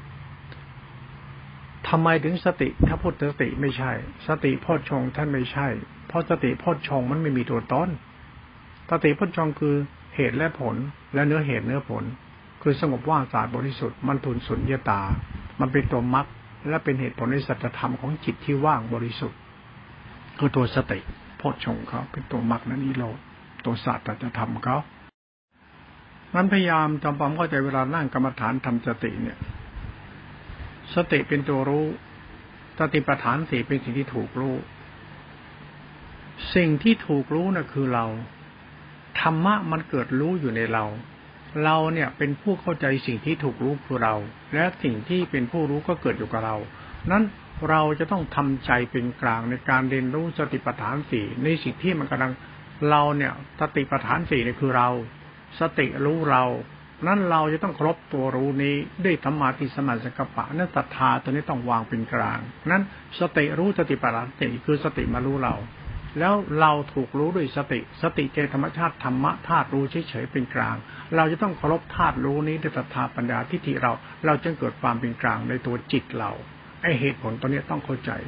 ทำไมถึงสติถ้าพูดสติไม่ใช่สติโพชฌงค์ท่านไม่ใช่เพราะสติโพชฌงค์มันไม่มีตัวตนสติโพชฌงค์คือเหตุและผลและเนื้อเหตุเนื้อผลคือสงบว่างสะอาดบริสุทธิ์มันทุนสุญญตามันเป็นตัวมรรคและเป็นเหตุผลในสัจธรรมของจิตที่ว่างบริสุทธิ์คือตัวสติโพชฌงค์เขาเป็นตัวมรรคนั้นนิโรธตัวสัจธรรมเขานั้นพยายามทำความเข้าใจเวลานั่งกรรมฐานทำสติเนี่ยสติเป็นตัวรู้สติปัฏฐานสี่เป็นสิ่งที่ถูกรู้สิ่งที่ถูกรู้น่ะคือเราธรรมะมันเกิดรู้อยู่ในเราเราเนี่ยเป็นผู้เข้าใจสิ่งที่ถูกรู้คือเราและสิ่งที่เป็นผู้รู้ก็เกิดอยู่กับเรานั้นเราจะต้องทำใจเป็นกลางในการเรียนรู้สติปัฏฐานสี่ในสิ่งที่มันกำลังเราเนี่ยสติปัฏฐานสี่เนี่ยคือเราสติรู้เรานั้นเราจะต้องครบตัวรู้นี้ด้วยธรรมาทิสมาสังกัปปะนั้นศรัทธาตัวนี้ต้องวางเป็นกลางนั้นสติรู้สติปัฏฐานสี่คือสติมารู้เราแล้วเราถูกรู้ด้วยสติสติเจธรรมชาติธรรมะธาตุรู้เฉยๆเป็นกลางเราจะต้องเคารพธาตุรู้นี้ด้วยศรัทธาปัญญาทิฏฐิเราเราจึงเกิดความเป็นกลางในตัวจิตเราไอ้เหตุผลตัวนี้ต้องเข้าใจ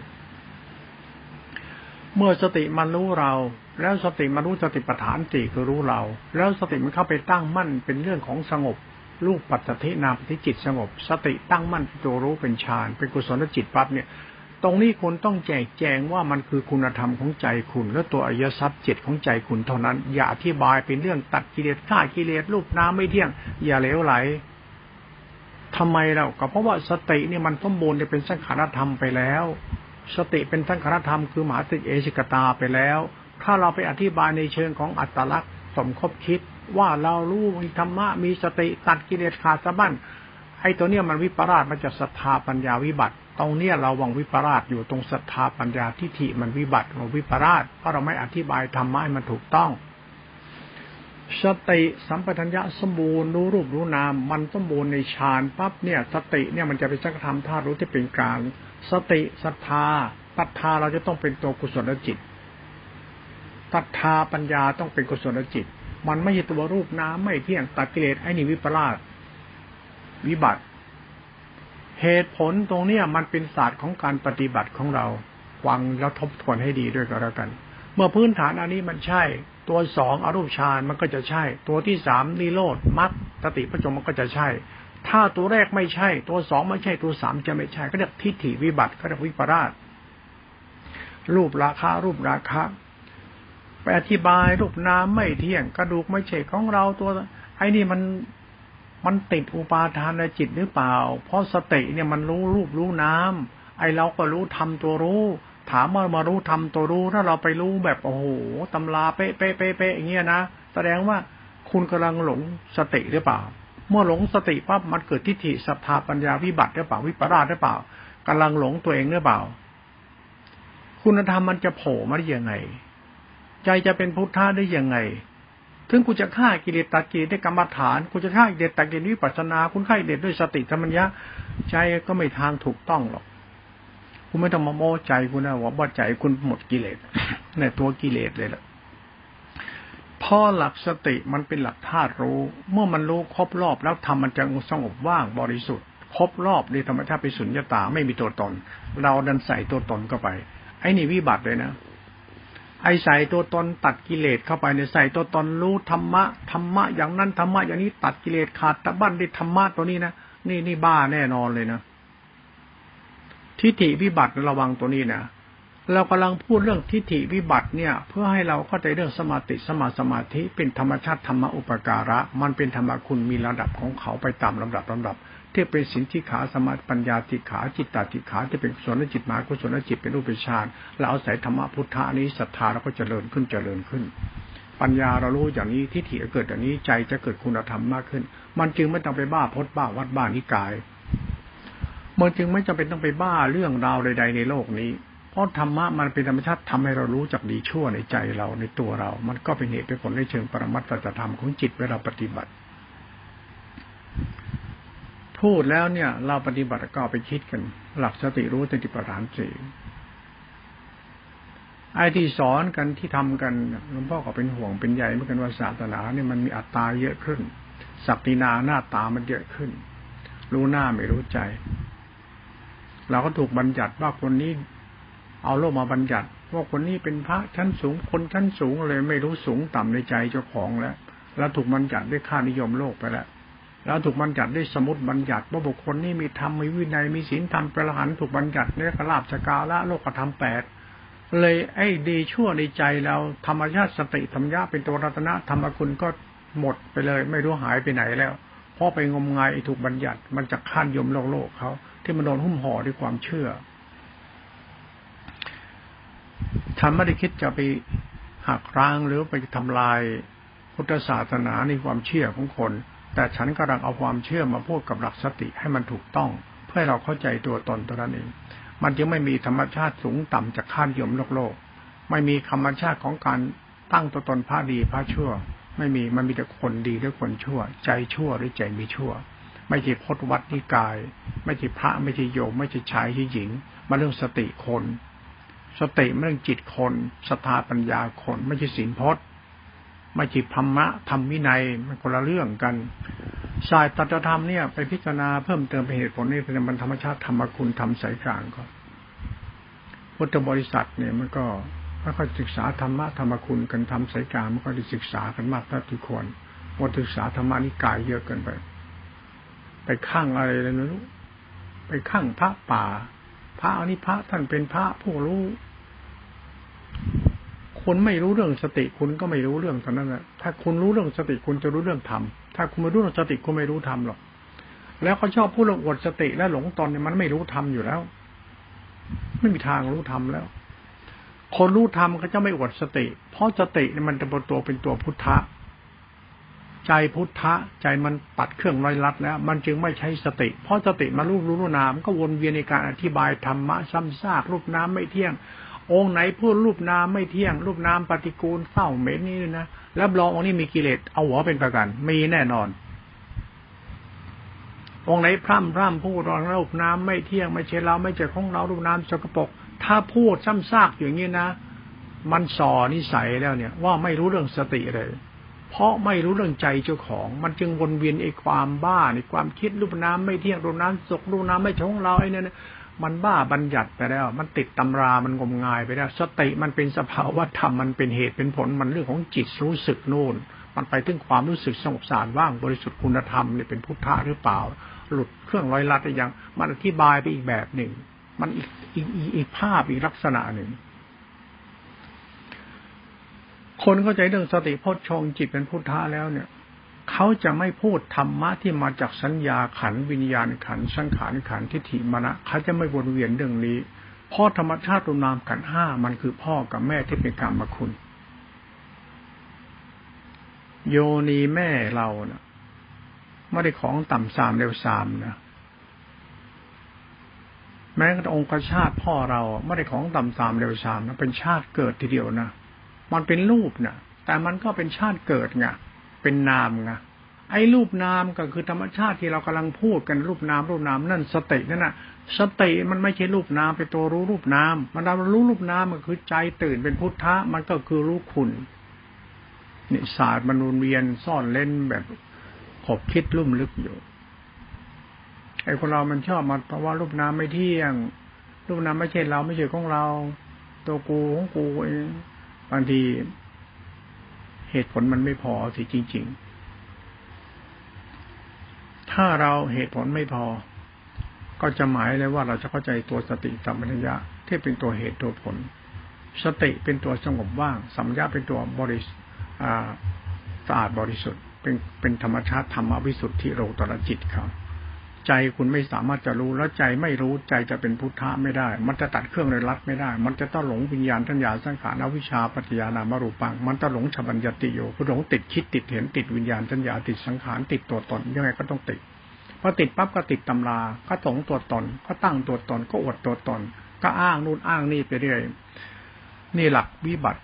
เมื่อสติมันรู้เราแล้วสติมารู้สติปัฏฐานสี่คือรู้เราแล้วสติมันเข้าไปตั้งมั่นเป็นเรื่องของสงบรูปปัจจตินามปฏิจิตสงบสติตั้งมั่นตัวรู้เป็นฌานเป็นกุศลจิตปั๊บเนี่ยตรงนี้คุณต้องแจกแจงว่ามันคือคุณธรรมของใจคุณและตัวอริยสัจเจ็ดของใจคุณเท่านั้นอย่าอธิบายเป็นเรื่องตัดกิเลสฆ่ากิเลสรูปน้ำไม่เที่ยงอย่าเหลวไหลทำไมเราก็เพราะว่าสตินี่มันสมบูรณ์เป็นสังขารธรรมไปแล้วสติเป็นสังขารธรรมคือมหาสติเอสิกตาไปแล้วถ้าเราไปอธิบายในเชิงของอัตตลักษณ์สมคบคิดว่าเรารู้มีธรรมะมีสติตัดกิเลสขาดสะบั้นไอ้ตัวเนี้ยมันวิปลาสมันจะศรัทธาปัญญาวิบัติตรงเนี้ยเราวังวิปลาสอยู่ตรงศรัทธาปัญญาทิฏฐิมันวิบัติของวิปลาสเพราะเราไม่อธิบายธรรมะให้มันถูกต้องสติสัมปชัญญะสมบูรณ์รู้รูปรู้นามมันสมบูรณ์ในฌานปั๊บเนี่ยสติเนี่ยมันจะเป็นสังขารธรรมธาตุรู้ที่เป็นกลางสติศรัทธาศรัทธาเราจะต้องเป็นตัวกุศลจิตศรัทธาปัญญาต้องเป็นกุศลจิตมันไม่ใช่ตัวรูปนามไม่เที่ยงตัดกิเลสไอ้นี่วิปลาสวิบัติเหตุผลตรงเนี้ยมันเป็นศาสตร์ของการปฏิบัติของเราฟังแล้วทบทวนให้ดีด้วยก็แล้วกันเมื่อพื้นฐานอันนี้มันใช่ตัวสองอรูปฌานมันก็จะใช่ตัวที่สามนิโรธมรรคสติปัฏฐานมันก็จะใช่ถ้าตัวแรกไม่ใช่ตัวสองไม่ใช่ตัวสามจะไม่ใช่ก็เรียกทิฏฐิวิบัติก็เรียกวิปลาสรูปราคะรูปราคะไปอธิบายรูปนามไม่เที่ยงกระดูกไม่ใช่ของเราตัวไอ้นี่มันมันติดอุปาทานในจิตหรือเปล่าเพราะสติเนี่ยมันรู้รูปรู้นามไอ้เราก็รู้ธรรมตัวรู้ถามว่ามารู้ธรรมตัวรู้ถ้าเราไปรู้แบบโอ้โหตำราเป๊ะเป๊ะเป๊ะเป๊ะอย่างเงี้ยนะแสดงว่าคุณกำลังหลงสติหรือเปล่าเมื่อหลงสติปั๊บมันเกิดทิฏฐิศรัทธาปัญญาวิบัติหรือเปล่าวิปลาสหรือเปล่ากำลังหลงตัวเองหรือเปล่าคุณธรรมมันจะโผล่มาได้ยังไงใจจะเป็นพุทธะได้ยังไงถึงคุณจะฆ่ากิเลสตัดกิเลสด้วยกรรมฐานคุณจะฆ่ากิเลสตัดกิเลสด้วยวิปัสสนาคุณฆ่ากิเลสด้วยสติธรรมัญญะใจก็ไม่ทางถูกต้องหรอกคุณไม่ต้องมาโม้ใจคุณนะว่าใจคุณหมดกิเลสในตัวกิเลสเลยล่ะพอหลักสติมันเป็นหลักธาตุรู้เมื่อมันรู้ครบรอบแล้วธรรมมันจะสงบว่างบริสุทธิ์ครบรอบในธรรมชาติเป็นสุญญตาไม่มีตัวตนเราดันใส่ตัวตนเข้าไปไอ้นี่วิบัติเลยนะไอ้ใส่ตัวตนตัดกิเลสเข้าไปในใส่ตัวตนรู้ธรรมะธรรมะอย่างนั้นธรรมะอย่างนี้ตัดกิเลสขาดตะบั้นด้วยธรรมะตัวนี้นะนี่นี่บ้าแน่นอนเลยนะทิฏฐิวิบัติระวังตัวนี้นะเรากำลังพูดเรื่องทิฏฐิวิบัติเนี่ยเพื่อให้เราเข้าใจเรื่องสมาธิสมาสมาธิเป็นธรรมชาติธรรมะอุปการะมันเป็นธรรมะคุณมีระดับของเขาไปตามลำดับลำดับที่เป็นสินธิขาสมาปัญญาติขาจิตตติขาที่เป็นกุศลจิตมหากุศลจิตเป็นรูปฌานเราอาศัยธรรมะพุทธะนี้ศรัทธาเราก็เจริญขึ้นเจริญขึ้นปัญญาเรารู้อย่างนี้ทิฏฐิเกิดอย่างนี้ใจจะเกิดคุณธรรมมากขึ้นมันจึงไม่ต้องไปบ้าพจน์บ้าวัดบ้านิกายมันจึงไม่จำเป็นต้องไปบ้าเรื่องราวใดๆในโลกนี้เพราะธรรมะมันเป็นธรรมชาติทำให้เรารู้จักดีชั่วในใจเราในตัวเรามันก็เป็นเหตุเป็นผลในเชิงปรมัตถธรรมของจิตเวลาปฏิบัติพูดแล้วเนี่ยเราปฏิบัติก็ไปคิดกันหลักสติรู้สติปัฏฐานสี่ไอ้ที่สอนกันที่ทำกันหลวงพ่อก็เป็นห่วงเป็นใยเหมือนกันว่าศาสนาเนี่ยมันมีอัตตาเยอะขึ้นศักดินาหน้าตามันเยอะขึ้นรู้หน้าไม่รู้ใจเราก็ถูกบัญญัติว่าคนนี้เอาโลกมาบัญญัติว่าคนนี้เป็นพระชั้นสูงคนชั้นสูงเลยไม่รู้สูงต่ำในใจเจ้าของแล้วแล้วถูกบัญญัติด้วยค่านิยมโลกไปแล้วแล้วถูกบัญญัติด้วยสมมติบัญญัติว่าบุคคลนี้มีธรรมมีวินัยมีศีลธรรมเป็นอรหันต์ถูกบัญญัติเนี่ยก็ลาภสกาละโลกธรรมแปดเลยไอ้ดีชั่วในใจเราธรรมชาติสติธรรมญาเป็นตัวรัตนะธรรมคุณก็หมดไปเลยไม่รู้หายไปไหนแล้วเพราะไปงมงายถูกบัญญัติมันจะค่านิยมโลกโลกเขาที่มันโดนหุ้มห่อด้วยความเชื่อฉันไม่ได้คิดจะไปหักล้างหรือไปทำลายพุทธศาสนาในความเชื่อของคนแต่ฉันกำลังเอาความเชื่อมาพูดกับหลักสติให้มันถูกต้องเพื่อให้เราเข้าใจตัวตนตัวนั้นเองมันจึงไม่มีธรรมชาติสูงต่ำจากค่านิยมโลกโลกไม่มีธรรมชาติของการตั้งตัวตนพระดีพระชั่วไม่มีมันมีแต่คนดีหรือคนชั่วใจชั่วหรือใจมีชั่วไม่ใช่พจน์วัดนิกายไม่ใช่พระไม่ใช่โยมไม่ใช่ชายใช่หญิงมาเรื่องสติคนสติไม่ใช่จิตคนศรัทธาปัญญาคนไม่ใช่ศีลพจน์ไม่ใช่ธรรมะธรรมวินัยมันคนละเรื่องกันศาสตร์ตถธรรมเนี่ยไปพิจารณาเพิ่มเติมเป็นเหตุผลนี่เป็นมันธรรมชาติธรรมคุณธรรมสายกลางก็พุทธบริษัทเนี่ยมันก็ไม่ค่อยศึกษาธรรมะธรรมคุณกันทำสายกลางมันก็ได้ศึกษากันมากเท่าที่ควรว่าศึกษาธรรมะนิกายเยอะเกินไปไปข้างอะไรเลยไม่รู้ไปข้างพระป่าพระอนิพระท่านเป็นพระผู้รู้คุณไม่รู้เรื่องสติคุณก็ไม่รู้เรื่องเท่านั้นแหละถ้าคุณรู้เรื่องสติคุณจะรู้เรื่องธรรมถ้าคุณไม่รู้เรื่องสติคุณไม่รู้ธรรมหรอกแล้วเขาชอบพูดเรื่องอวดสติและหลงตนเนี่ยมันไม่รู้ธรรมอยู่แล้วไม่มีทางรู้ธรรมแล้วคนรู้ธรรมเขาจะไม่อวดสติเพราะสติเนี่ยมันจะเป็นตัวเป็นตัวพุทธะใจพุทธะใจมันตัดเครื่องร้อยลัดแล้วมันจึงไม่ใช้สติเพราะสติมารูปรู้นามก็วนเวียนในการอธิบายธรรมะซ้ำซากรูปน้ำไม่เที่ยงองค์ไหนพูดรูปนามไม่เที่ยงรูปนามปฏิกูลเศร้าเหม็นนี่นะแล้วรององค์นี้มีกิเลสเอาหัวเป็นประกันมีแน่นอนองค์ไหนพร่ำพร่ำพูดรองรูปนามไม่เที่ยงไม่ใช่เราไม่ใช่ของเรารูปนามสกปรกถ้าพูดซ้ำซากอย่างนี้นะมันส่อนิสัยแล้วเนี่ยว่าไม่รู้เรื่องสติเลยเพราะไม่รู้เรื่องใจเจ้าของมันจึงวนเวียนไอ้ความบ้าในความคิดรูปนามไม่เที่ยงรูปนามสกรูปนามไม่ใช่ของเราไอ้เนี่ยมันบ้าบัญญัติไปแล้วมันติดตำรามันงมงายไปแล้วสติมันเป็นสภาวะธรรมมันเป็นเหตุเป็นผลมันเรื่องของจิตรู้สึกนู่นมันไปถึงความรู้สึกสงบสารว่างบริสุทธิ์คุณธรรมเนี่ยเป็นพุทธะหรือเปล่าหลุดเครื่องร้อยลัดได้ยังมันอธิบายไปอีกแบบหนึ่งมันอีกอีกอีกภาพอีกลักษณะหนึ่งคนเข้าใจเรื่องสติโพชฌงค์จิตเป็นพุทธะแล้วเนี่ยเขาจะไม่พูดธรรมะที่มาจากสัญญาขันธ์วิญญาณขันธ์สังขารขันธ์ทิฏฐิมานะเขาจะไม่วนเวียนเรื่องนี้เพราะธรรมชาติรูปนามขันธ์ห้ามันคือพ่อกับแม่ที่เป็นกรรมคุณโยนีแม่เราเนี่ยไม่ได้ของต่ำสามเร็วสามนะแม้กระทั่งองค์ชาติพ่อเราไม่ได้ของต่ำสามเร็วสามนะเป็นชาติเกิดทีเดียวนะมันเป็นรูปเนี่ยแต่มันก็เป็นชาติเกิดไงเป็นนามไงไอ้รูปนามก็คือธรรมชาติที่เรากำลังพูดกันรูปนามรูปนามนั่นสตินั่นน่ะสติมันไม่ใช่รูปนามเป็นตัวรู้รูปนามมันเรารู้รูปนามมันคือใจตื่นเป็นพุทธะมันก็คือรู้คุณนี่ศาสตร์มันวนเวียนซ่อนเล่นแบบขบคิดลุ่มลึกอยู่ไอ้คนเรามันชอบมาเพราะว่ารูปนามไม่เที่ยงรูปนามไม่ใช่เราไม่ใช่ของเราตัวกูของกูเองบางทีเหตุผลมันไม่พอสิจริงๆถ้าเราเหตุผลไม่พอก็จะหมายเลยว่าเราจะเข้าใจตัวสติสัมปชัญญะที่เป็นตัวเหตุตัวผลสติเป็นตัวสงบว่างสัมปชัญญะเป็นตัวบริสุทธิ์สะอาดบริสุทธิ์เป็นเป็นธรรมชาติธรรมวิสุทธิโลตระจิตครับใจคุณไม่สามารถจะรู้แล้วใจไม่รู้ใจจะเป็นพุทธะไม่ได้มันจะตัดเครื่องเลยลัดไม่ได้มันจะต้องหลงวิญญาณทัญญาสังขารอวิชชาปัจจยานามรูปังมันจะหลงฉบัญญติโยคือหลงติดคิดติดเห็นติดวิญญาณทัญญาติดสังขารติดตัวตนยังไงก็ต้องติดพอติดปั๊บก็ติดตำราก็หลงตัวตนก็ตั้งตัวตนก็อวดตัวตนก็อ้างนู่นอ้างนี่ไปเรื่อยนี่หลักวิบัติ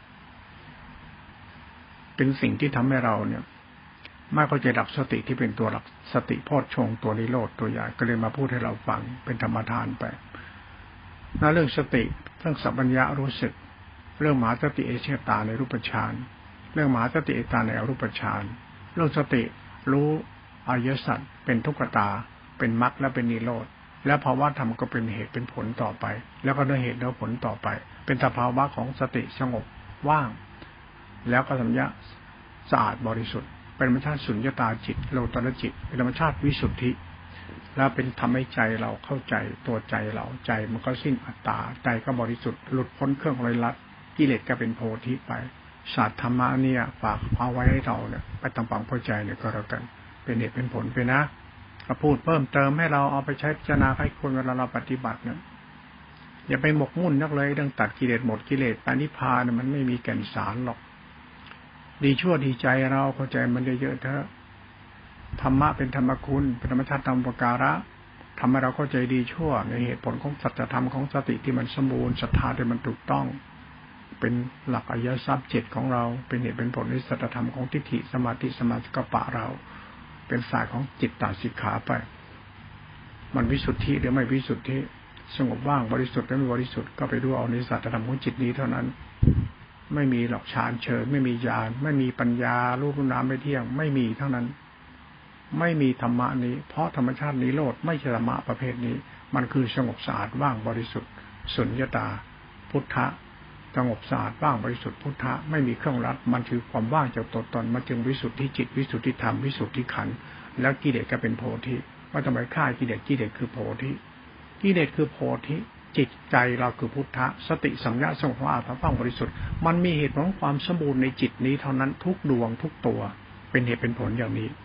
เป็นสิ่งที่ทำให้เราเนี่ยไม่เข้าใจหลักสติที่เป็นตัวหลักสติโพชฌงค์ตัวนิโรธตัวใหญ่ก็เลยมาพูดให้เราฟังเป็นธรรมทานไปแล้วเรื่องสติเรื่องสัมปชัญญะรู้สึกเรื่องมหาสติเอเชตาในรูปฌานเรื่องมหาสติเอตาในอรูปฌานเรื่องสติรู้อริยสัจเป็นทุกขตาเป็นมรรคและเป็นนิโรธแล้วภาวะธรรมก็เป็นเหตุเป็นผลต่อไปแล้วก็ด้วยเหตุแล้วผลต่อไปเป็นสภาวะของสติสงบว่างแล้วก็สัมปชัญญะสะอาดบริสุทธิ์เป็นธรรมชาติสุญญตาจิตโลตระจิตเป็นธรรมชาติวิสุทธิแล้วเป็นทำให้ใจเราเข้าใจตัวใจเราใจมันก็สิ้นอัตตาใจก็บริสุทธิ์หลุดพ้นเครื่องร้อยลัดกิเลสก็เป็นโพธิไปศาสตร์ธรรมะเนี่ยฝากเอาไว้ให้เราเนี่ยไปทำความเข้าใจเนี่ยก็แล้วกันเป็นเหตุเป็นผลไปนะก็พูดเพิ่มเติมให้เราเอาไปใช้พิจารณาให้คนเวลาเราปฏิบัติเนี่ยอย่าไปหมกมุ่นนักเลยเรื่องตัดกิเลสหมดกิเลสปานิพพานเนี่ยมันไม่มีแก่นสารหรอกดีชั่วดีใจเราเข้าใจมันเยอะๆเถอะธรรมะเป็นธรรมคุณเป็นธรรมชาติธรรมปการะทำให้เราเข้าใจดีชั่วในเหตุผลของสัจธรรมของสติที่มันสมบูรณ์ศรัทธาที่มันถูกต้องเป็นหลักอริยทรัพย์เจ็ดของเราเป็นเหตุเป็นผลในสัจธรรมของทิฏฐิสมาธิสมาสังกัปปะเราเป็นสายของจิตตสิกขาไปมันวิสุทธิหรือไม่วิสุทธิสงบว่างบริสุทธิ์และไม่บริสุทธิ์ก็ไปดูเอาในสัจธรรมของจิตนี้เท่านั้นไม่มีหลักฌานเชิญไม่มีญาณไม่มีปัญญารูปนามไม่เที่ยงไม่มีเท่านั้นไม่มีธรรมะนี้เพราะธรรมชาตินิโรธไม่ใช่ธรรมะประเภทนี้มันคือสงบสะอาดว่างบริสุทธิ์สุญญตาพุทธะสงบสะอาดว่างบริสุทธิ์พุทธะไม่มีเครื่องรัดมันคือความว่างจากตัวตนมันจึงวิสุทธิจิตวิสุทธิธรรมวิสุทธิขันธ์แล้วกิเลสก็เป็นโพธิว่าทำไมฆ่ากิเลสกิเลสคือโพธิกิเลสคือโพธิจิตใจเราคือพุทธะสติสัมยาสงบอาตว่างบริสุทธิ์มันมีเหตุของความสมบูรณ์ในจิตนี้เท่านั้นทุกดวงทุกตัวเป็นเหตุเป็นผลอย่างนี้